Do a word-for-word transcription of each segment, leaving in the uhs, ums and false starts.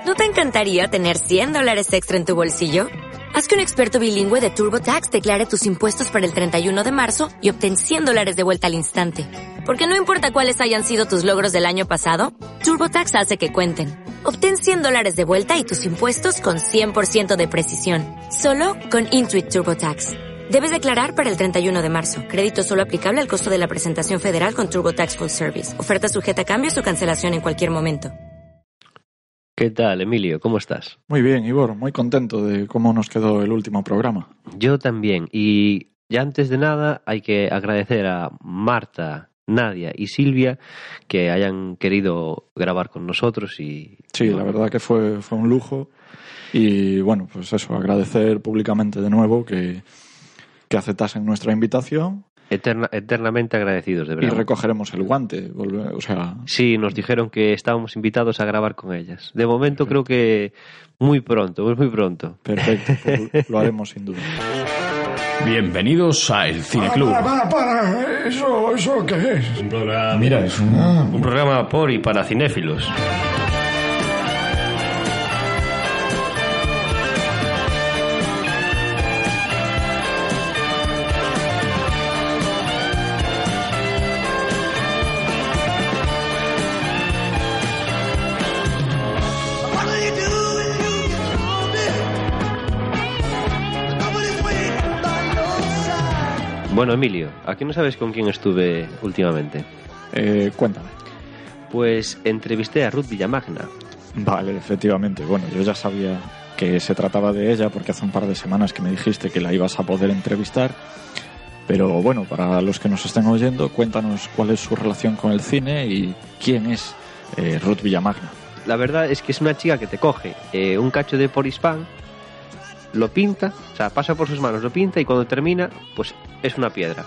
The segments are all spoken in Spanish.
¿No te encantaría tener cien dólares extra en tu bolsillo? Haz que un experto bilingüe de TurboTax declare tus impuestos para el treinta y uno de marzo y obtén cien dólares de vuelta al instante. Porque no importa cuáles hayan sido tus logros del año pasado, TurboTax hace que cuenten. Obtén cien dólares de vuelta y tus impuestos con cien por ciento de precisión. Solo con Intuit TurboTax. Debes declarar para el treinta y uno de marzo. Crédito solo aplicable al costo de la presentación federal con TurboTax Full Service. Oferta sujeta a cambios o cancelación en cualquier momento. ¿Qué tal, Emilio? ¿Cómo estás? Muy bien, Ivor. Muy contento de cómo nos quedó el último programa. Yo también. Y ya antes de nada hay que agradecer a Marta, Nadia y Silvia que hayan querido grabar con nosotros. Y sí, la verdad que fue, fue un lujo. Y bueno, pues eso, agradecer públicamente de nuevo que, que aceptasen nuestra invitación. Eterna, eternamente agradecidos, de verdad. Y recogeremos el guante, o sea... Sí, nos dijeron que estábamos invitados a grabar con ellas. De momento Perfecto. Creo que muy pronto, muy pronto. Perfecto, pues lo haremos sin duda. Bienvenidos a El Cineclub. Para, para, para, ¿Eso, eso qué es? Un programa... Mira, es un... un programa por y para cinéfilos. Bueno, Emilio, ¿a qué no sabes con quién estuve últimamente? Eh, cuéntame. Pues entrevisté a Ruth Villamagna. Vale, efectivamente. Bueno, yo ya sabía que se trataba de ella porque hace un par de semanas que me dijiste que la ibas a poder entrevistar. Pero bueno, para los que nos estén oyendo, cuéntanos cuál es su relación con el cine y quién es eh, Ruth Villamagna. La verdad es que es una chica que te coge eh, un cacho de Porispan, lo pinta, o sea, pasa por sus manos, lo pinta y cuando termina, pues es una piedra.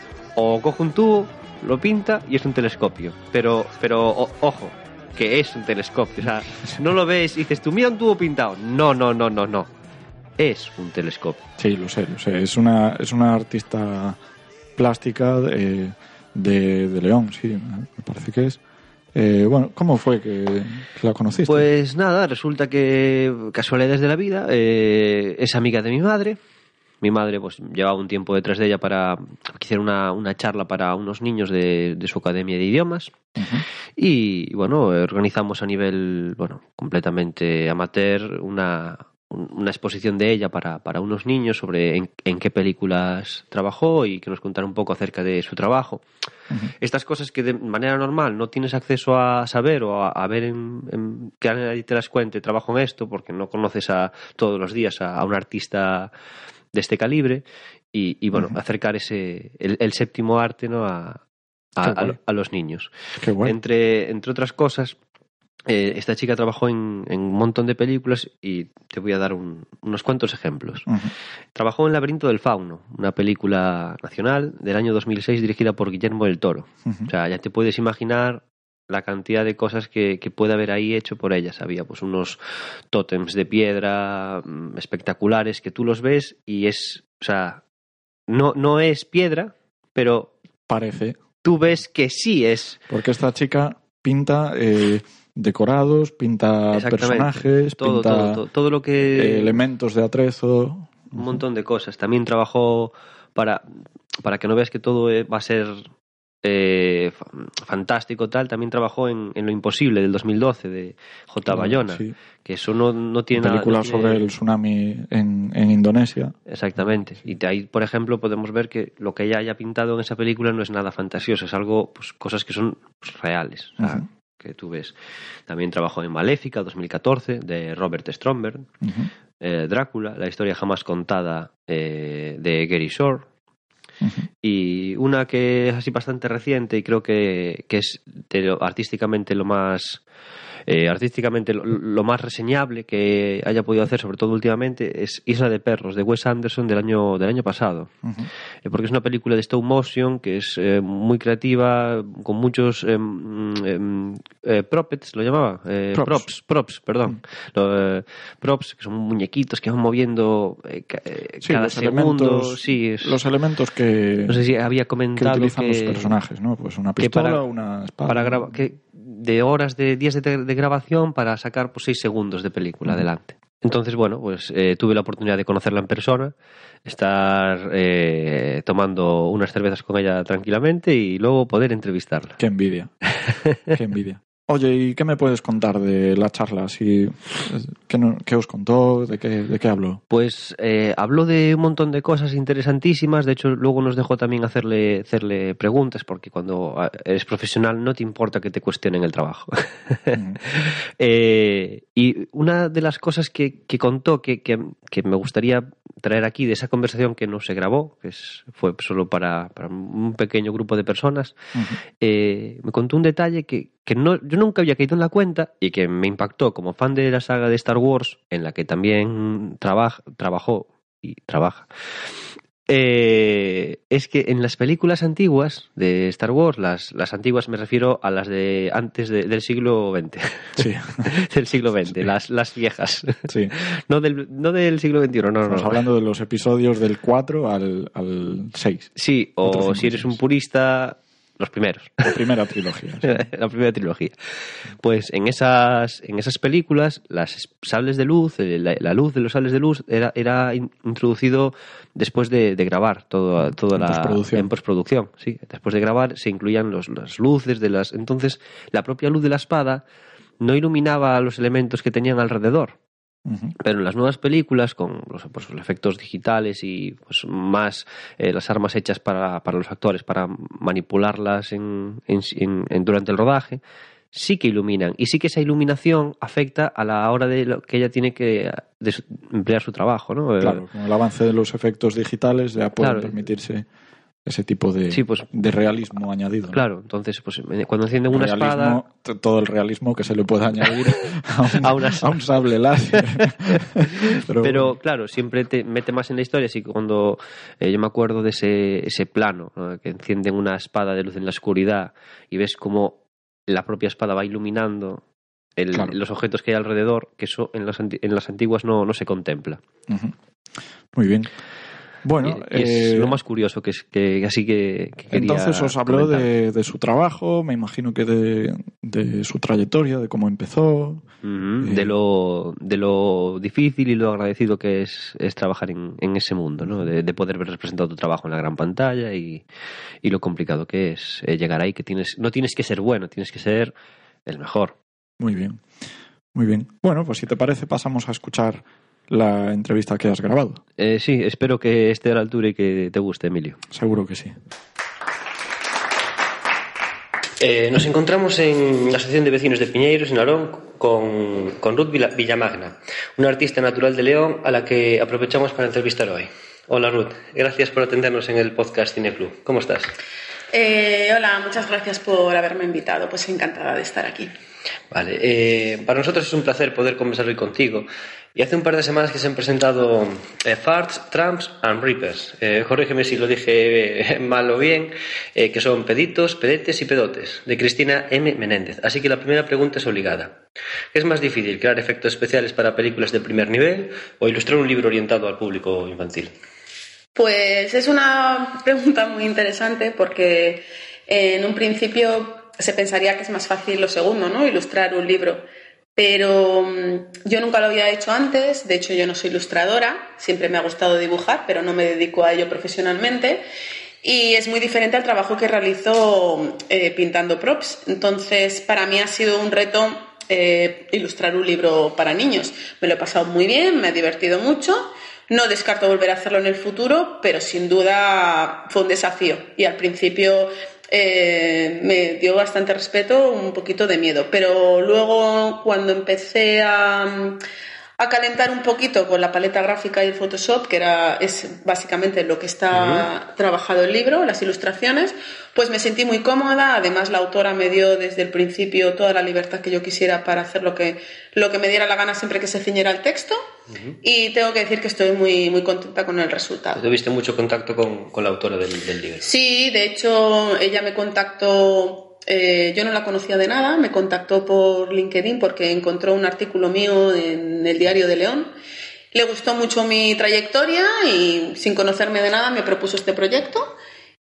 O coge un tubo, lo pinta y es un telescopio. Pero, pero o, ojo, que es un telescopio. O sea, no lo ves y dices tú, mira un tubo pintado. No, no, no, no, no. Es un telescopio. Sí, lo sé, lo sé. Es una, es una artista plástica de, de, de León, sí, me parece que es. Eh, bueno, ¿cómo fue que la conociste? Pues nada, resulta que casualidades de la vida, eh, es amiga de mi madre. Mi madre pues llevaba un tiempo detrás de ella para que hiciera una, una charla para unos niños de, de su academia de idiomas. Uh-huh. Y bueno, organizamos a nivel, bueno, completamente amateur una... una exposición de ella para, para unos niños sobre en, en qué películas trabajó y que nos contara un poco acerca de su trabajo. Uh-huh. Estas cosas que de manera normal no tienes acceso a saber o a, a ver en, en que nadie te las cuente, trabajo en esto, porque no conoces a todos los días a, a un artista de este calibre y, y bueno, uh-huh. acercar ese el, el séptimo arte, ¿no? a, a, a, a los niños. Qué bueno. Entre, entre otras cosas, Eh, esta chica trabajó en, en un montón de películas y te voy a dar un, unos cuantos ejemplos. Uh-huh. Trabajó en Laberinto del Fauno, una película nacional del año dos mil seis dirigida por Guillermo del Toro. Uh-huh. O sea, ya te puedes imaginar la cantidad de cosas que, que puede haber ahí hecho por ellas. Había pues unos tótems de piedra mmm, espectaculares que tú los ves y es, o sea, no, no es piedra, pero parece. Tú ves que sí es. Porque esta chica pinta eh, decorados, pinta personajes, todo, pinta todo, todo, todo lo que eh, elementos de atrezo, un montón de cosas. También trabajó para para que no veas que todo va a ser eh, fantástico tal. También trabajó en, en Lo Imposible del dos mil doce de J. Bayona, sí. Que eso no, no tiene nada. Película no tiene... sobre el tsunami en, en Indonesia. Exactamente. Y de ahí, por ejemplo, podemos ver que lo que ella haya pintado en esa película no es nada fantasioso, es algo, pues cosas que son pues, reales. O sea, uh-huh. que tú ves. También trabajó en Maléfica dos mil catorce de Robert Stromberg, uh-huh. eh, Drácula, la historia jamás contada eh, de Gary Shore. Uh-huh. Y una que es así bastante reciente y creo que, que es de lo, artísticamente lo más eh, artísticamente lo, lo más reseñable que haya podido hacer, sobre todo últimamente, es Isla de Perros de Wes Anderson del año del año pasado. Uh-huh. eh, porque es una película de stop motion que es eh, muy creativa, con muchos eh, eh, eh, props, lo llamaba eh, props. props props perdón uh-huh. lo, eh, props que son muñequitos que van moviendo eh, sí, cada los segundo elementos, sí, es, los elementos que no sé si había comentado que utilizan que, los personajes, ¿no? Pues una pistola, para, una espada. Para grabar, que de horas, de días de, de grabación para sacar pues, seis segundos de película uh-huh. adelante. Entonces, bueno, pues eh, tuve la oportunidad de conocerla en persona, estar eh, tomando unas cervezas con ella tranquilamente y luego poder entrevistarla. Qué envidia, qué envidia. Oye, ¿y qué me puedes contar de la charla? Si, ¿qué, no, ¿Qué os contó? ¿De qué, de qué habló? Pues eh, habló de un montón de cosas interesantísimas. De hecho, luego nos dejó también hacerle, hacerle preguntas, porque cuando eres profesional no te importa que te cuestionen el trabajo. Mm. eh, y una de las cosas que, que contó que, que, que me gustaría traer aquí de esa conversación que no se grabó, que es, fue solo para, para un pequeño grupo de personas, uh-huh. eh, me contó un detalle que, que no, yo nunca había caído en la cuenta y que me impactó como fan de la saga de Star Wars, en la que también trabaja, trabajó y trabaja. Eh, es que en las películas antiguas de Star Wars, las, las antiguas me refiero a las de antes de, del siglo veinte. Sí. del siglo veinte, sí. las, las viejas. Sí. No del, no del siglo veintiuno, no, Estamos no. hablando de los episodios del cuatro al, al seis. Sí, o cuatro, cinco, si eres seis. Un purista, los primeros. La primera trilogía. Sí. La primera trilogía. Pues en esas, en esas películas, las sables de luz, la, la luz de los sables de luz era, era introducido después de, de grabar todo, toda en la postproducción. En postproducción, sí. Después de grabar se incluían los, las luces de las. Entonces, la propia luz de la espada no iluminaba los elementos que tenían alrededor. Uh-huh. Pero en las nuevas películas, con los, pues, los efectos digitales y pues, más eh, las armas hechas para, para los actores, para manipularlas en, en, en, en, durante el rodaje, sí que iluminan. Y sí que esa iluminación afecta a la hora de lo que ella tiene que de su, emplear su trabajo, ¿no? Claro, con el avance de los efectos digitales ya pueden claro. permitirse ese tipo de, sí, pues, de realismo añadido, ¿no? Claro, entonces pues cuando encienden una realismo, espada... Todo el realismo que se le pueda añadir a un, a una... a un sable láser. Pero, Pero bueno. Claro, siempre te mete más en la historia. Así que cuando eh, yo me acuerdo de ese, ese plano, ¿no? Que encienden una espada de luz en la oscuridad y ves cómo la propia espada va iluminando el, claro. los objetos que hay alrededor, que eso en las, en las antiguas no, no se contempla. Uh-huh. Muy bien. Bueno, y, y es eh, lo más curioso que es que así que, que quería entonces os habló de, de su trabajo, me imagino que de, de su trayectoria, de cómo empezó, uh-huh. eh, de lo de lo difícil y lo agradecido que es, es trabajar en, en ese mundo, ¿no? De, de poder ver representado tu trabajo en la gran pantalla y, y lo complicado que es eh, llegar ahí, que tienes no tienes que ser bueno, tienes que ser el mejor. Muy bien, muy bien. Bueno, pues si te parece pasamos a escuchar la entrevista que has grabado. Eh, sí, espero que esté a la altura y que te guste, Emilio. Seguro que sí. Eh, nos encontramos en la Asociación de Vecinos de Piñeiros, en Narón, con, con Ruth Villamagna, una artista natural de León a la que aprovechamos para entrevistar hoy. Hola Ruth, gracias por atendernos en el podcast Cine Club. ¿Cómo estás? Eh, hola, muchas gracias por haberme invitado. Pues encantada de estar aquí. Vale, eh, para nosotros es un placer poder conversar hoy contigo. Y hace un par de semanas que se han presentado eh, Farts, Tramps and Reapers. Eh, corrígeme si lo dije eh, mal o bien, eh, que son Peditos, Pedetes y Pedotes, de Cristina M. Menéndez. Así que la primera pregunta es obligada. ¿Es más difícil crear efectos especiales para películas de primer nivel o ilustrar un libro orientado al público infantil? Pues es una pregunta muy interesante porque eh, en un principio se pensaría que es más fácil lo segundo, ¿no? Ilustrar un libro. Pero yo nunca lo había hecho antes, de hecho yo no soy ilustradora, siempre me ha gustado dibujar, pero no me dedico a ello profesionalmente y es muy diferente al trabajo que realizo eh, pintando props. Entonces para mí ha sido un reto eh, ilustrar un libro para niños. Me lo he pasado muy bien, me ha divertido mucho, no descarto volver a hacerlo en el futuro, pero sin duda fue un desafío y al principio... Eh, me dio bastante respeto, un poquito de miedo, pero luego cuando empecé a, a calentar un poquito con la paleta gráfica y el Photoshop, que era, es básicamente lo que está uh-huh. trabajado el libro, las ilustraciones, pues me sentí muy cómoda. Además la autora me dio desde el principio toda la libertad que yo quisiera para hacer lo que, lo que me diera la gana siempre que se ciñera al texto. Uh-huh. Y tengo que decir que estoy muy, muy contenta con el resultado. ¿Tuviste mucho contacto con, con la autora del, del libro? Sí, de hecho ella me contactó, eh, yo no la conocía de nada, me contactó por LinkedIn porque encontró un artículo mío en el Diario de León. Le gustó mucho mi trayectoria y sin conocerme de nada me propuso este proyecto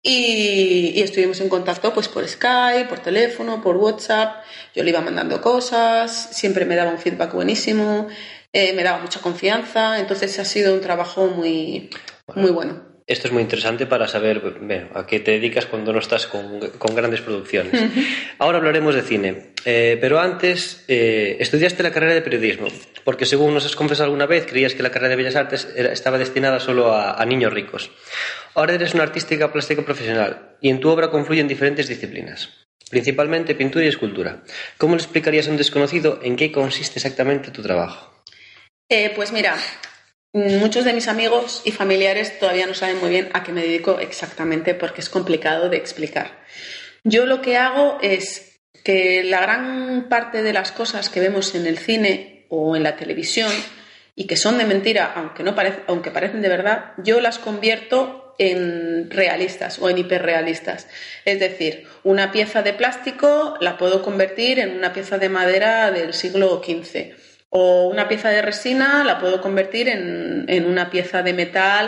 Y, y estuvimos en contacto pues por Skype, por teléfono, por WhatsApp. Yo le iba mandando cosas, siempre me daba un feedback buenísimo, eh, me daba mucha confianza. Entonces ha sido un trabajo muy, muy bueno. Esto es muy interesante para saber bueno, a qué te dedicas cuando no estás con, con grandes producciones. Uh-huh. Ahora hablaremos de cine, eh, pero antes eh, estudiaste la carrera de periodismo, porque según nos has confesado alguna vez, creías que la carrera de Bellas Artes era, estaba destinada solo a, a niños ricos. Ahora eres una artística plástica profesional y en tu obra confluyen diferentes disciplinas, principalmente pintura y escultura. ¿Cómo le explicarías a un desconocido en qué consiste exactamente tu trabajo? Eh, pues mira... Muchos de mis amigos y familiares todavía no saben muy bien a qué me dedico exactamente porque es complicado de explicar. Yo lo que hago es que la gran parte de las cosas que vemos en el cine o en la televisión y que son de mentira, aunque, no parece, aunque parecen de verdad, yo las convierto en realistas o en hiperrealistas. Es decir, una pieza de plástico la puedo convertir en una pieza de madera del siglo quince. O una pieza de resina la puedo convertir en, en una pieza de metal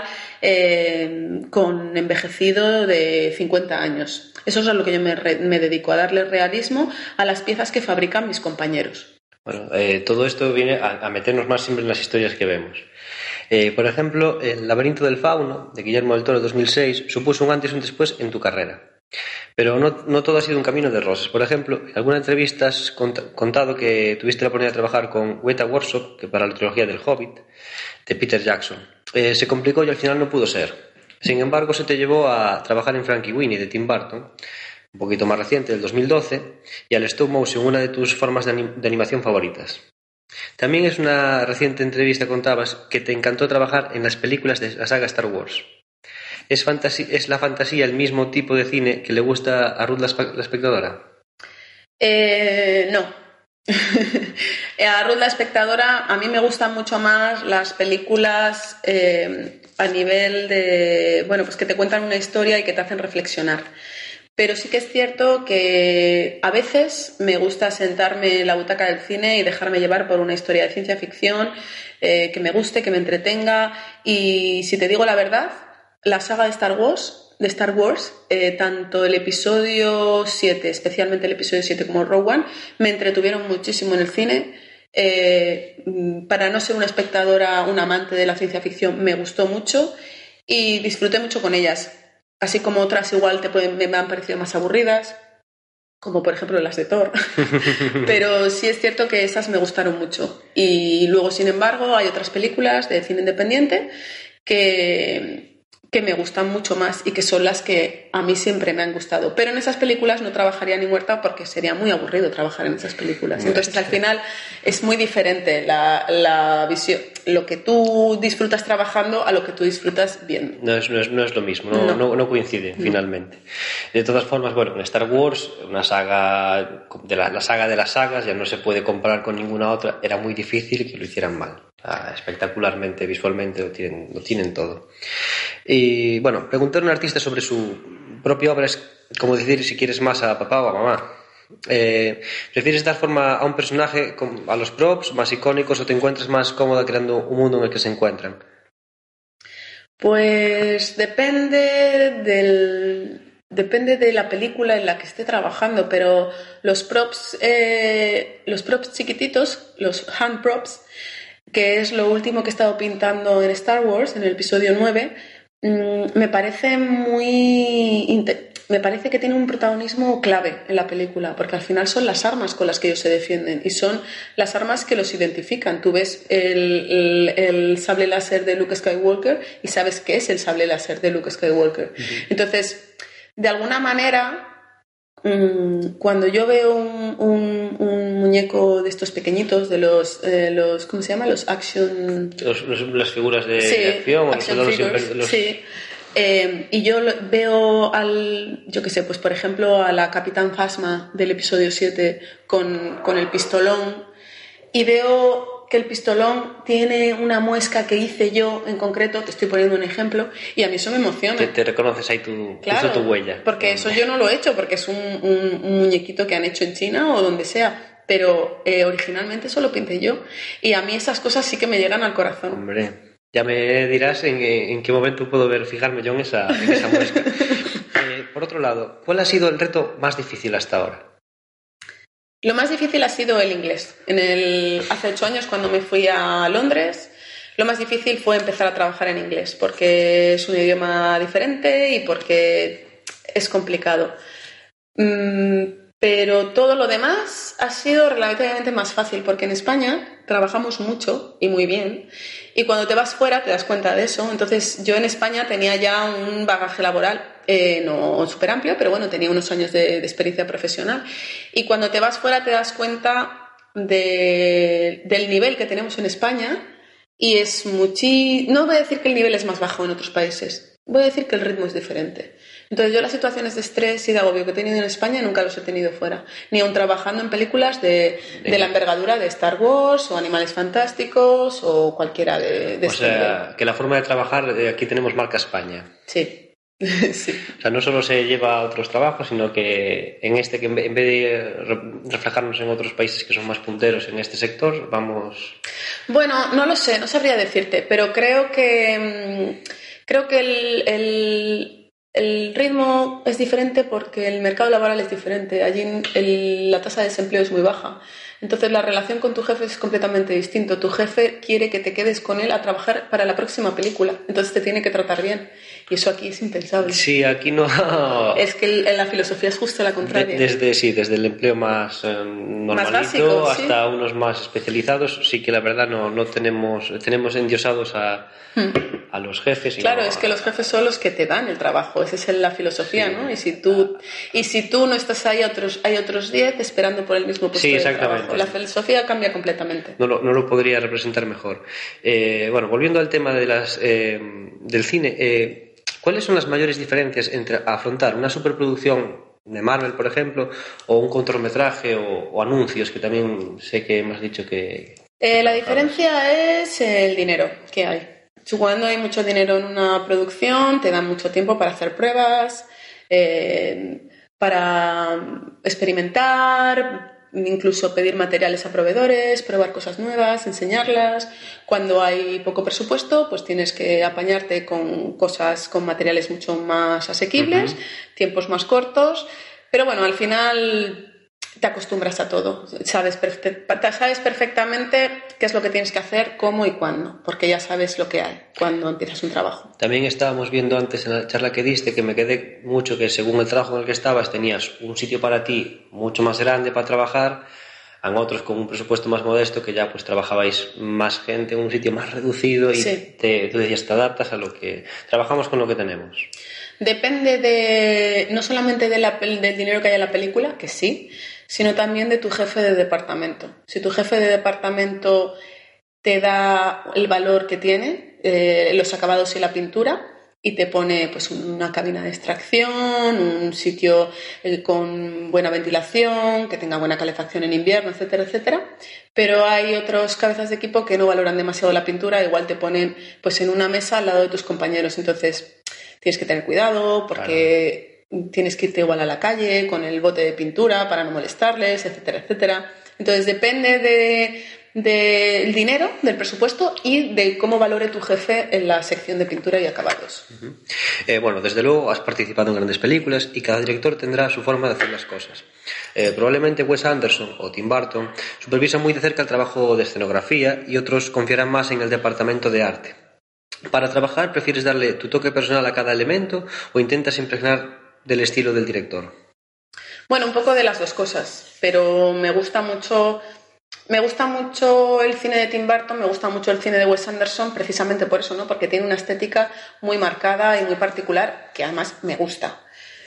eh, con envejecido de cincuenta años. Eso es a lo que yo me, re, me dedico, a darle realismo a las piezas que fabrican mis compañeros. Bueno, eh, todo esto viene a, a meternos más siempre en las historias que vemos. Eh, por ejemplo, El laberinto del fauno, de Guillermo del Toro, dos mil seis, supuso un antes y un después en tu carrera. Pero no, no todo ha sido un camino de rosas. Por ejemplo, en alguna entrevista has contado que tuviste la oportunidad de trabajar con Weta Workshop, que para la trilogía del Hobbit, de Peter Jackson. Eh, se complicó y al final no pudo ser. Sin embargo, se te llevó a trabajar en Frankenweenie de Tim Burton, un poquito más reciente, del dos mil doce, y al stop motion, una de tus formas de, anim- de animación favoritas. También es una reciente entrevista contabas que te encantó trabajar en las películas de la saga Star Wars. ¿Es, fantasía, ¿Es la fantasía el mismo tipo de cine que le gusta a Ruth la, la espectadora? Eh, no. A Ruth la espectadora, a mí me gustan mucho más las películas eh, a nivel de, bueno, pues que te cuentan una historia y que te hacen reflexionar. Pero sí que es cierto que a veces me gusta sentarme en la butaca del cine y dejarme llevar por una historia de ciencia ficción eh, que me guste, que me entretenga. Y si te digo la verdad, la saga de Star Wars, de Star Wars eh, tanto el episodio siete, especialmente el episodio siete como Rogue One, me entretuvieron muchísimo en el cine. Eh, para no ser una espectadora, una amante de la ciencia ficción, me gustó mucho y disfruté mucho con ellas. Así como otras igual te pueden, me han parecido más aburridas, como por ejemplo las de Thor. Pero sí es cierto que esas me gustaron mucho. Y luego, sin embargo, hay otras películas de cine independiente que... que me gustan mucho más y que son las que a mí siempre me han gustado. Pero en esas películas no trabajaría ni muerta porque sería muy aburrido trabajar en esas películas. Entonces, al final, es muy diferente la, la visión, lo que tú disfrutas trabajando a lo que tú disfrutas viendo. No es, no es, no es lo mismo, no, no. No, no coincide, no. Finalmente. De todas formas, bueno, en Star Wars, una saga, de la, la saga de las sagas, ya no se puede comparar con ninguna otra, era muy difícil que lo hicieran mal. Ah, espectacularmente, visualmente lo tienen, lo tienen todo. Y bueno, preguntar a un artista sobre su propia obra es como decir si quieres más a papá o a mamá. Eh, ¿Prefieres dar forma a un personaje con, a los props más icónicos o te encuentras más cómoda creando un mundo en el que se encuentran? Pues depende del... Depende de la película en la que esté trabajando, pero los props, eh, los props chiquititos, los hand props, que es lo último que he estado pintando en Star Wars, en el episodio nueve, mmm, me parece muy... me parece que tiene un protagonismo clave en la película, porque al final son las armas con las que ellos se defienden y son las armas que los identifican. Tú ves el, el, el sable láser de Luke Skywalker y sabes qué es el sable láser de Luke Skywalker. Uh-huh. Entonces, de alguna manera... cuando yo veo un, un, un muñeco de estos pequeñitos, de los, eh, los ¿cómo se llama? Los action... Los, los, las figuras de, sí, de acción. Action o figures, los... sí. Eh, y yo veo al, yo qué sé, pues por ejemplo a la Capitán Phasma del episodio siete con, con el pistolón y veo que el pistolón tiene una muesca que hice yo en concreto, te estoy poniendo un ejemplo, y a mí eso me emociona. Te, te reconoces ahí tu, claro, tu huella. Porque eso yo no lo he hecho, porque es un, un, un muñequito que han hecho en China o donde sea, pero eh, originalmente eso lo pinté yo, y a mí esas cosas sí que me llegan al corazón. Hombre, ya me dirás en, en qué momento puedo ver, fijarme yo en esa, en esa muesca. por otro lado, ¿cuál ha sido el reto más difícil hasta ahora? Lo más difícil ha sido el inglés. En el, hace ocho años, cuando me fui a Londres, lo más difícil fue empezar a trabajar en inglés, porque es un idioma diferente y porque es complicado. Mm, pero todo lo demás ha sido relativamente más fácil, porque en España trabajamos mucho y muy bien, y cuando te vas fuera te das cuenta de eso. Entonces yo en España tenía ya un bagaje laboral, eh, no súper amplio, pero bueno, tenía unos años de, de experiencia profesional, y cuando te vas fuera te das cuenta de, del nivel que tenemos en España, y es muchi... no voy a decir que el nivel es más bajo en otros países, voy a decir que el ritmo es diferente. Entonces yo las situaciones de estrés y de agobio que he tenido en España nunca los he tenido fuera, ni aun trabajando en películas de, de la envergadura de Star Wars o Animales Fantásticos o cualquiera de, de o este sea, nivel. Que la forma de trabajar, eh, aquí tenemos marca España. Sí. Sí. O sea, no solo se lleva a otros trabajos, sino que en este, que en vez de reflejarnos en otros países que son más punteros en este sector, vamos... Bueno, no lo sé, no sabría decirte, pero creo que creo que el, el, el ritmo es diferente porque el mercado laboral es diferente. Allí el, la tasa de desempleo es muy baja. Entonces la relación con tu jefe es completamente distinto. Tu jefe quiere que te quedes con él a trabajar para la próxima película. Entonces te tiene que tratar bien. Y eso aquí es impensable. Sí, aquí no... Es que el, la filosofía es justo la contraria. De, desde, sí, desde el empleo más eh, normalito más básico, hasta sí. unos más especializados, sí que la verdad no, no tenemos... Tenemos endiosados a, hmm. a los jefes. Y claro, no, es que los jefes son los que te dan el trabajo. Esa es la filosofía, sí. ¿no? Y si tú y si tú no estás ahí, otros, hay otros diez esperando por el mismo puesto sí, de exactamente. trabajo. La filosofía cambia completamente. No lo, no lo podría representar mejor. Eh, bueno, volviendo al tema de las, eh, del cine, eh, ¿cuáles son las mayores diferencias entre afrontar una superproducción de Marvel, por ejemplo, o un cortometraje o, o anuncios, que también sé que hemos dicho que... Eh, la diferencia es el dinero que hay. Cuando hay mucho dinero en una producción, te dan mucho tiempo para hacer pruebas, eh, para experimentar, incluso pedir materiales a proveedores, probar cosas nuevas, enseñarlas. Cuando hay poco presupuesto, pues tienes que apañarte con cosas, con materiales mucho más asequibles, uh-huh. tiempos más cortos, pero bueno, al final te acostumbras a todo. Sabes, perfe- sabes perfectamente qué es lo que tienes que hacer, cómo y cuándo, porque ya sabes lo que hay cuando empiezas un trabajo. También estábamos viendo antes en la charla que diste que me quedé mucho que según el trabajo en el que estabas tenías un sitio para ti mucho más grande para trabajar, en otros con un presupuesto más modesto que ya pues trabajabais más gente en un sitio más reducido y sí. te, tú decías te adaptas a lo que... Trabajamos con lo que tenemos. Depende de no solamente de la, del dinero que hay en la película, que sí, sino también de tu jefe de departamento. Si tu jefe de departamento te da el valor que tiene, eh, los acabados y la pintura, y te pone pues una cabina de extracción, un sitio eh, con buena ventilación, que tenga buena calefacción en invierno, etcétera, etcétera. Pero hay otros cabezas de equipo que no valoran demasiado la pintura, igual te ponen pues en una mesa al lado de tus compañeros. Entonces tienes que tener cuidado porque... Claro. Tienes que irte igual a la calle con el bote de pintura para no molestarles, etcétera, etcétera. Entonces depende de, del dinero, del presupuesto y de cómo valore tu jefe en la sección de pintura y acabados. Uh-huh. Eh, bueno, desde luego has participado en grandes películas y cada director tendrá su forma de hacer las cosas. Eh, probablemente Wes Anderson o Tim Burton supervisan muy de cerca el trabajo de escenografía y otros confiarán más en el departamento de arte. Para trabajar, ¿prefieres darle tu toque personal a cada elemento o intentas impregnar del estilo del director? Bueno, un poco de las dos cosas, pero me gusta mucho me gusta mucho el cine de Tim Burton, me gusta mucho el cine de Wes Anderson, precisamente por eso, ¿no? Porque tiene una estética muy marcada y muy particular que además me gusta.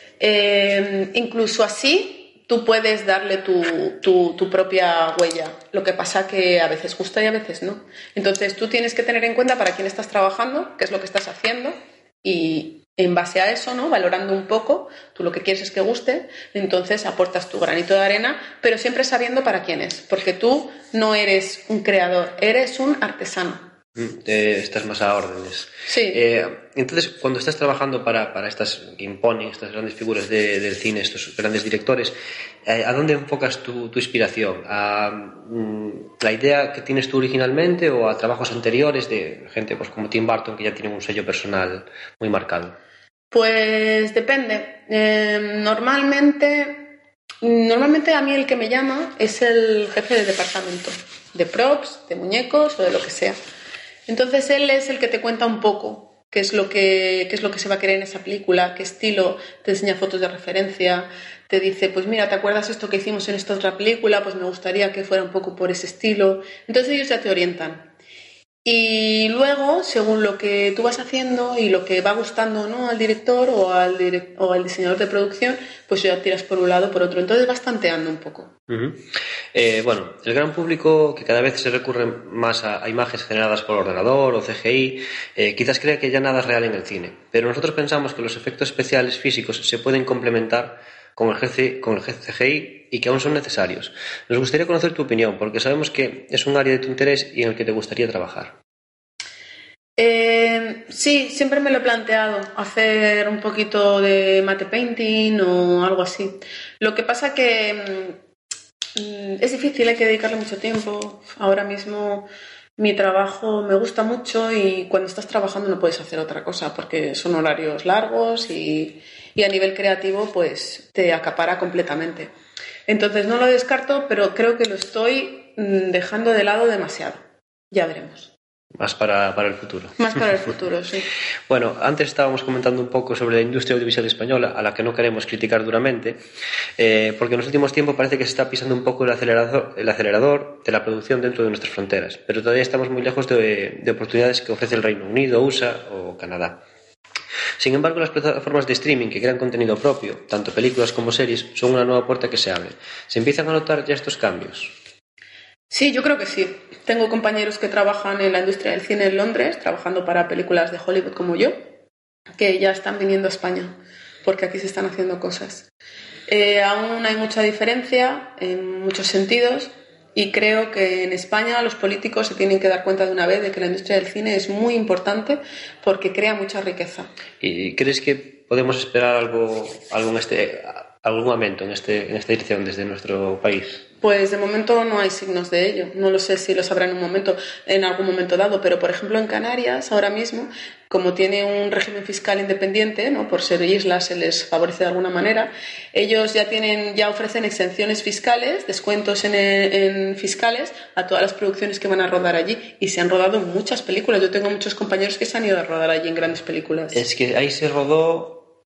Eh, incluso así tú puedes darle tu, tu, tu propia huella, lo que pasa que a veces gusta y a veces no. Entonces tú tienes que tener en cuenta para quién estás trabajando, qué es lo que estás haciendo y en base a eso, ¿no? Valorando un poco, tú lo que quieres es que guste, entonces aportas tu granito de arena, pero siempre sabiendo para quién es, porque tú no eres un creador, eres un artesano. Eh, estás más a órdenes. Sí. Eh, entonces, cuando estás trabajando para, para estas que imponen, estas grandes figuras de, del cine, estos grandes directores, eh, ¿a dónde enfocas tu, tu inspiración? ¿A mm, la idea que tienes tú originalmente o a trabajos anteriores de gente pues, como Tim Burton que ya tienen un sello personal muy marcado? Pues depende. Eh, normalmente, normalmente a mí el que me llama es el jefe de departamento, de props, de muñecos o de lo que sea. Entonces él es el que te cuenta un poco qué es lo que, qué es lo que se va a querer en esa película, qué estilo, te enseña fotos de referencia, te dice, pues mira, ¿te acuerdas esto que hicimos en esta otra película? Pues me gustaría que fuera un poco por ese estilo. Entonces ellos ya te orientan. Y luego, según lo que tú vas haciendo y lo que va gustando, ¿no?, al director o al, direct- o al diseñador de producción, pues ya tiras por un lado o por otro. Entonces vas tanteando un poco. Uh-huh. Eh, bueno, el gran público, que cada vez se recurre más a, a imágenes generadas por ordenador o C G I, eh, quizás crea que ya nada es real en el cine. Pero nosotros pensamos que los efectos especiales físicos se pueden complementar con el, G C, con el C G I y que aún son necesarios. Nos gustaría conocer tu opinión, porque sabemos que es un área de tu interés y en el que te gustaría trabajar. Eh, sí, siempre me lo he planteado, hacer un poquito de matte painting o algo así. Lo que pasa que mm, es difícil, hay que dedicarle mucho tiempo. Ahora mismo mi trabajo me gusta mucho y cuando estás trabajando no puedes hacer otra cosa porque son horarios largos y, y a nivel creativo pues te acapara completamente. Entonces no lo descarto, pero creo que lo estoy mm, dejando de lado demasiado. Ya veremos. Más para, para el futuro. Más para el futuro, sí. Bueno, antes estábamos comentando un poco sobre la industria audiovisual española, a la que no queremos criticar duramente, eh, porque en los últimos tiempos parece que se está pisando un poco el acelerador, el acelerador de la producción dentro de nuestras fronteras, pero todavía estamos muy lejos de, de oportunidades que ofrece el Reino Unido, U S A o Canadá. Sin embargo, las plataformas de streaming que crean contenido propio, tanto películas como series, son una nueva puerta que se abre. ¿Se empiezan a notar ya estos cambios? Sí, yo creo que sí. Tengo compañeros que trabajan en la industria del cine en Londres, trabajando para películas de Hollywood como yo, que ya están viniendo a España, porque aquí se están haciendo cosas. Eh, aún hay mucha diferencia en muchos sentidos y creo que en España los políticos se tienen que dar cuenta de una vez de que la industria del cine es muy importante porque crea mucha riqueza. ¿Y crees que podemos esperar algo, algo en este, algún aumento en, este, en esta dirección desde nuestro país? Pues de momento no hay signos de ello. No lo sé si lo sabrá en un momento, en algún momento dado, pero por ejemplo en Canarias ahora mismo, como tiene un régimen fiscal independiente, ¿no?, por ser islas se les favorece de alguna manera, ellos ya tienen, ya ofrecen exenciones fiscales, descuentos en, en fiscales a todas las producciones que van a rodar allí y se han rodado muchas películas. Yo tengo muchos compañeros que se han ido a rodar allí en grandes películas. Es que ahí se rodó,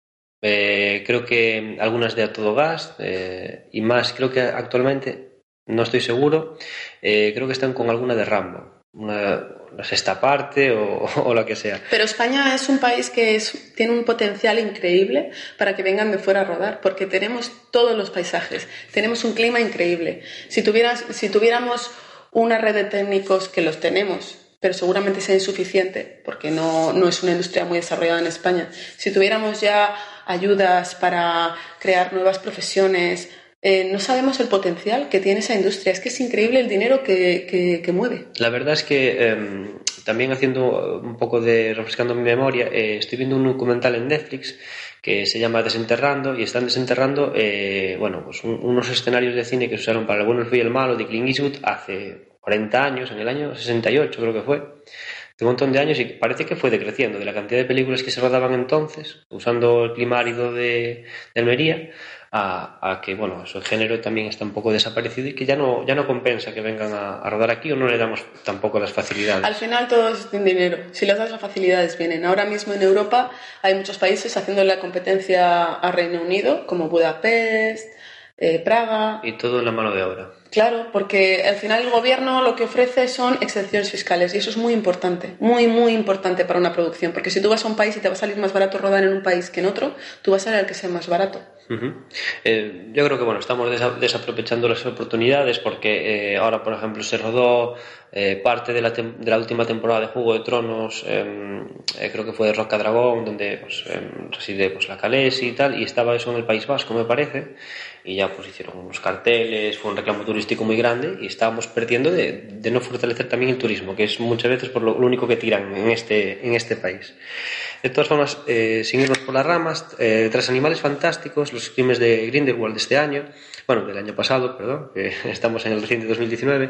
eh, creo que algunas de A Todo Gas eh, y más, creo que actualmente, no estoy seguro, eh, creo que están con alguna de Rambo, una, una sexta parte o, o la que sea. Pero España es un país que es, tiene un potencial increíble para que vengan de fuera a rodar, porque tenemos todos los paisajes, tenemos un clima increíble. Si, tuvieras, si tuviéramos una red de técnicos, que los tenemos, pero seguramente sea insuficiente, porque no, no es una industria muy desarrollada en España. Si tuviéramos ya ayudas para crear nuevas profesiones, eh, no sabemos el potencial que tiene esa industria. Es que es increíble el dinero que, que, que mueve. La verdad es que eh, también haciendo un poco de, refrescando mi memoria, eh, estoy viendo un documental en Netflix que se llama Desenterrando y están desenterrando eh, bueno, pues un, unos escenarios de cine que se usaron para El bueno, el feo y el malo de Clint Eastwood hace cuarenta años, en el año sesenta y ocho creo que fue, de un montón de años, y parece que fue decreciendo de la cantidad de películas que se rodaban entonces, usando el clima árido de, de Almería, a, a que, bueno, su género también está un poco desaparecido y que ya no, ya no compensa que vengan a, a rodar aquí, o no le damos tampoco las facilidades. Al final todo es sin dinero. Si les das las facilidades vienen. Ahora mismo en Europa hay muchos países haciendo la competencia a Reino Unido, como Budapest, eh, Praga. Y todo en la mano de obra. Claro, porque al final el gobierno lo que ofrece son exenciones fiscales y eso es muy importante, muy, muy importante para una producción, porque si tú vas a un país y te va a salir más barato rodar en un país que en otro, tú vas a ser el que sea más barato. Uh-huh. Eh, yo creo que bueno, estamos desa- desaprovechando las oportunidades porque eh, ahora, por ejemplo, se rodó eh, parte de la, tem- de la última temporada de Juego de Tronos, eh, eh, creo que fue de Roca Dragón, donde pues, eh, reside pues, la Khaleesi y tal, y estaba eso en el País Vasco, me parece, y ya pues hicieron unos carteles, fue un reclamo turístico muy grande y estábamos perdiendo de, de no fortalecer también el turismo, que es muchas veces por lo, lo único que tiran en este, en este país. De todas formas, eh, sin irnos por las ramas, eh, tras Animales Fantásticos, los crímenes de Grindelwald de este año, bueno, del año pasado, perdón, que estamos en el reciente dos mil diecinueve,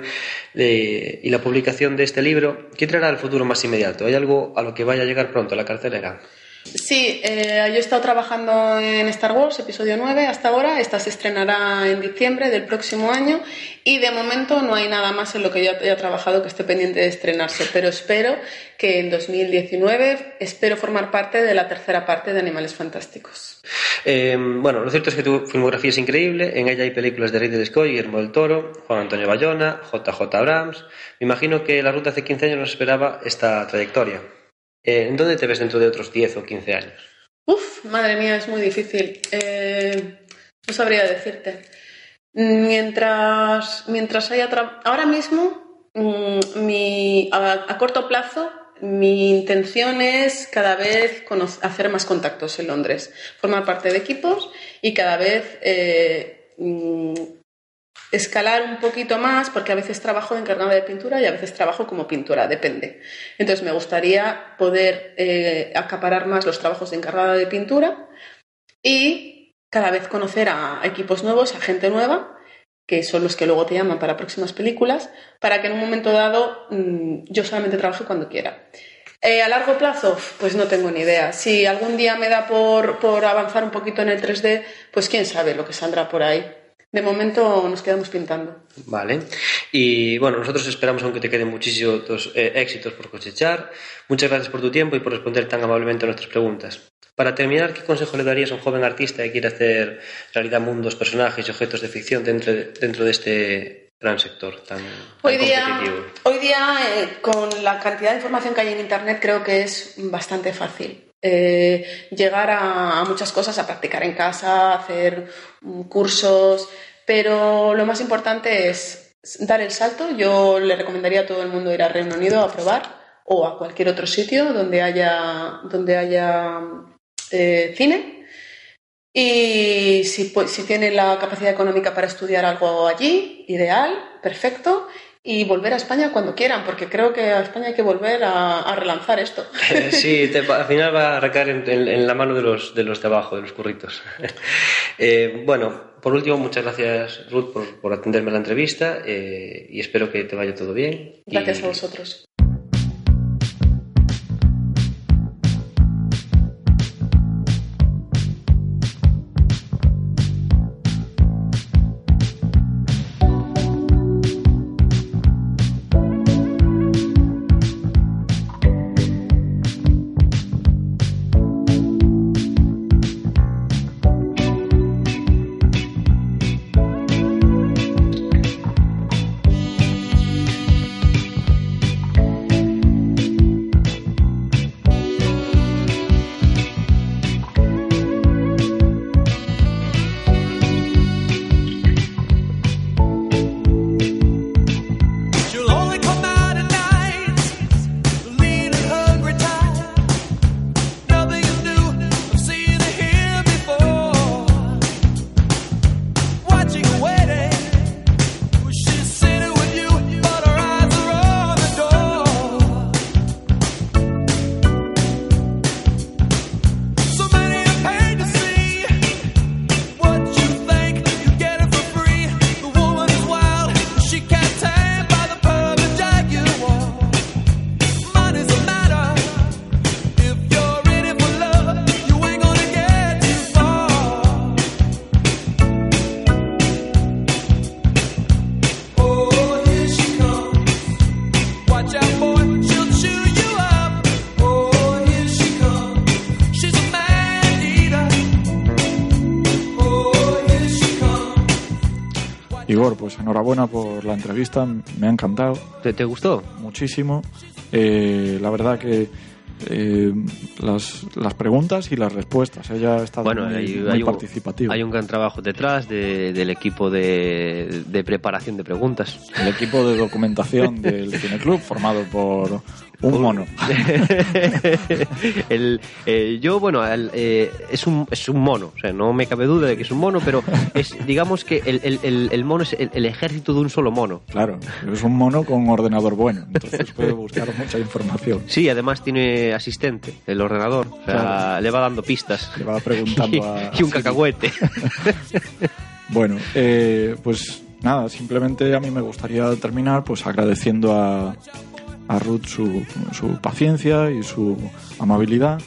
eh, y la publicación de este libro, ¿qué traerá el futuro más inmediato? ¿Hay algo a lo que vaya a llegar pronto a la cartelera? Sí, eh, yo he estado trabajando en Star Wars, episodio nueve hasta ahora. Esta se estrenará en diciembre del próximo año y de momento no hay nada más en lo que yo haya trabajado que esté pendiente de estrenarse, pero espero que en dos mil diecinueve espero formar parte de la tercera parte de Animales Fantásticos. Eh, bueno, lo cierto es que tu filmografía es increíble. En ella hay películas de Ridley Scott, Guillermo del Toro, Juan Antonio Bayona, J J Abrams. Me imagino que La Ruta hace quince años no esperaba esta trayectoria. Eh, ¿En dónde te ves dentro de otros diez o quince años? Uf, madre mía, es muy difícil. Eh, no sabría decirte. Mientras, mientras haya... Tra- Ahora mismo, mmm, mi, a, a corto plazo, mi intención es cada vez conocer, hacer más contactos en Londres, formar parte de equipos y cada vez... Eh, mmm, escalar un poquito más, porque a veces trabajo de encargada de pintura y a veces trabajo como pintora, depende. Entonces me gustaría poder eh, acaparar más los trabajos de encargada de pintura y cada vez conocer a equipos nuevos, a gente nueva, que son los que luego te llaman para próximas películas, para que en un momento dado mmm, yo solamente trabaje cuando quiera. Eh, a largo plazo, pues no tengo ni idea. Si algún día me da por, por avanzar un poquito en el tres D, pues quién sabe lo que saldrá por ahí. De momento nos quedamos pintando. Vale. Y bueno, nosotros esperamos aunque te queden muchísimos eh, éxitos por cosechar. Muchas gracias por tu tiempo y por responder tan amablemente a nuestras preguntas. Para terminar, ¿qué consejo le darías a un joven artista que quiere hacer realidad mundos, personajes y objetos de ficción dentro de, dentro de este gran sector tan, tan hoy día, competitivo? Hoy día, eh, con la cantidad de información que hay en Internet, creo que es bastante fácil. Eh, llegar a, a muchas cosas, a practicar en casa, hacer um, cursos, pero lo más importante es dar el salto. Yo le recomendaría a todo el mundo ir al Reino Unido a probar o a cualquier otro sitio donde haya, donde haya eh, cine y si, si tiene la capacidad económica para estudiar algo allí, ideal, perfecto. Y volver a España cuando quieran, porque creo que a España hay que volver a, a relanzar esto. Sí, te, al final va a recaer en, en, en la mano de los, de los de abajo, de los curritos. eh, bueno, por último, muchas gracias, Ruth, por, por atenderme a la entrevista eh, y espero que te vaya todo bien. Gracias y... a vosotros. Igor, pues enhorabuena por la entrevista, me ha encantado. ¿Te, te gustó? Muchísimo. Eh, la verdad que eh, las, las preguntas y las respuestas, ella ha estado bueno, muy, hay, muy hay participativa. Un, hay un gran trabajo detrás de, del equipo de, de preparación de preguntas. El equipo de documentación del Cineclub, formado por un mono. el, eh, yo, bueno, el, eh, es, un, es un mono, o sea, no me cabe duda de que es un mono, pero es, digamos que el, el, el, el mono es el, el ejército de un solo mono. Claro, es un mono con un ordenador bueno, entonces puede buscar mucha información. Sí, además tiene asistente, el ordenador, o sea, claro. Le va dando pistas. Le va preguntando y, a... y un cacahuete. Bueno, eh, pues nada, simplemente a mí me gustaría terminar pues agradeciendo a... a Ruth su, su paciencia y su amabilidad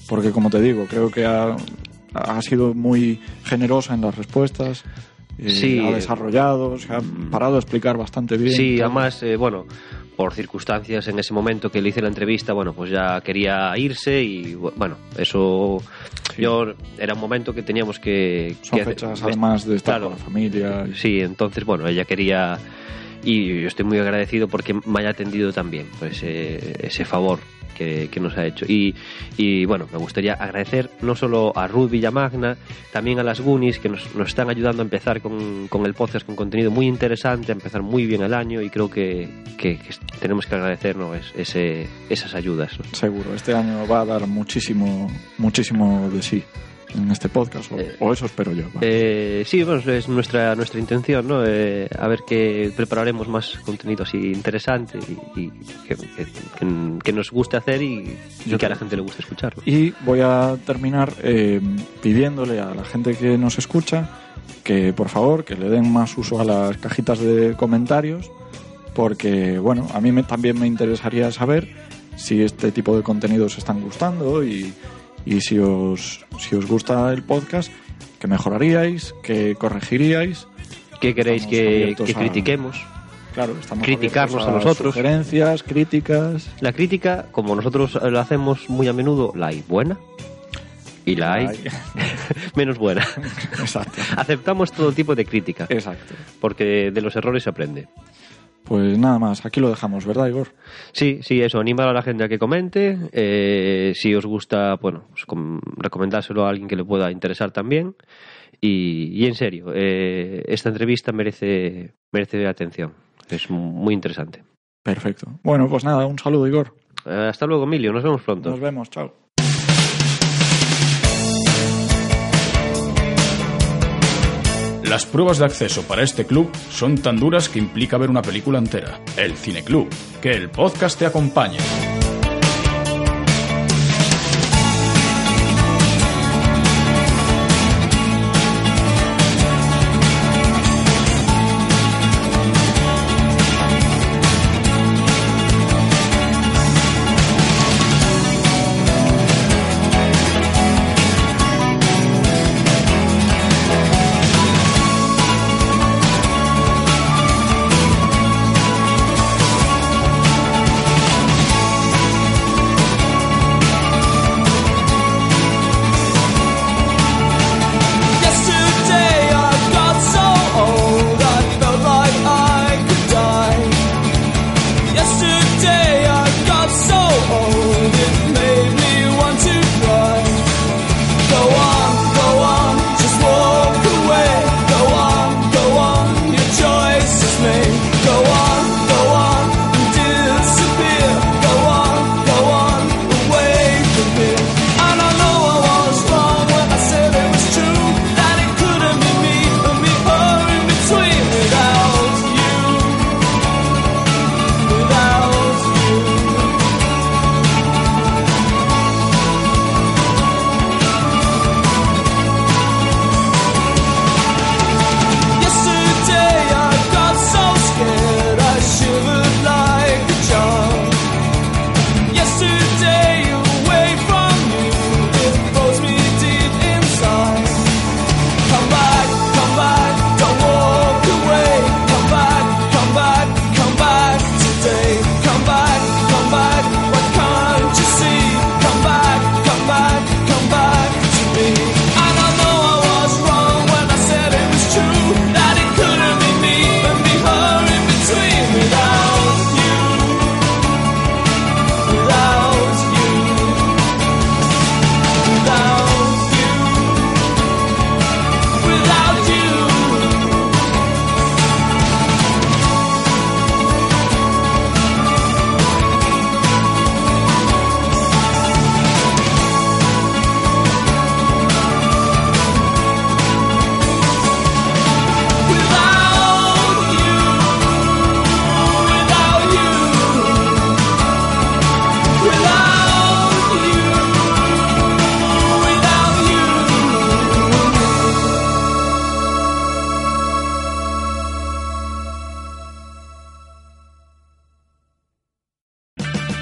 porque como te digo, creo que ha, ha sido muy generosa en las respuestas. Eh, sí, ha desarrollado, se ha parado a explicar bastante bien. Sí, todo. además, eh, bueno, por circunstancias en ese momento que le hice la entrevista, bueno, pues ya quería irse y bueno, eso sí. Yo era un momento que teníamos que... Son que fechas hacer, además de estar claro, con la familia. Y... Sí, entonces, bueno, ella quería... Y yo estoy muy agradecido porque me haya atendido también, pues eh, ese favor que, que nos ha hecho. Y, y bueno, me gustaría agradecer no solo a Ruth Villamagna, también a las Goonies, que nos, nos están ayudando a empezar con, con el podcast, con contenido muy interesante, a empezar muy bien el año, y creo que, que, que tenemos que agradecernos ese, esas ayudas, ¿no? Seguro, este año va a dar muchísimo, muchísimo de sí en este podcast, o, eh, o eso espero yo. Eh, sí, bueno, es nuestra nuestra intención, ¿no? Eh, a ver que prepararemos más contenido así interesante y, y que, que, que, que nos guste hacer y, y que a la gente le guste escucharlo. Y voy a terminar eh, pidiéndole a la gente que nos escucha que por favor que le den más uso a las cajitas de comentarios, porque bueno, a mí me, también me interesaría saber si este tipo de contenidos están gustando y Y si os, si os gusta el podcast, ¿qué mejoraríais? ¿Qué corregiríais? ¿Qué queréis que, que critiquemos? A, claro, estamos criticarnos a, a nosotros. Sugerencias, críticas. La crítica, como nosotros lo hacemos muy a menudo, la hay buena y la hay, hay. menos buena. Exacto. Aceptamos todo tipo de crítica. Exacto. Porque de los errores se aprende. Pues nada más, aquí lo dejamos, ¿verdad, Igor? Sí, sí, eso, animar a la gente a que comente, eh, si os gusta, bueno, pues com- recomendárselo a alguien que le pueda interesar también, y, y en serio, eh, esta entrevista merece, merece atención, es muy interesante. Perfecto. Bueno, pues nada, un saludo, Igor. Eh, hasta luego, Emilio, nos vemos pronto. Nos vemos, chao. Las pruebas de acceso para este club son tan duras que implica ver una película entera. El Cineclub. Que el podcast te acompañe.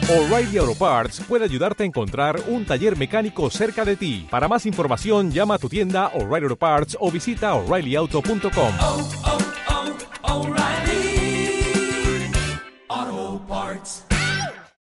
O'Reilly Auto Parts puede ayudarte a encontrar un taller mecánico cerca de ti. Para más información, llama a tu tienda O'Reilly Auto Parts o visita O'Reilly Auto punto com. Oh, oh.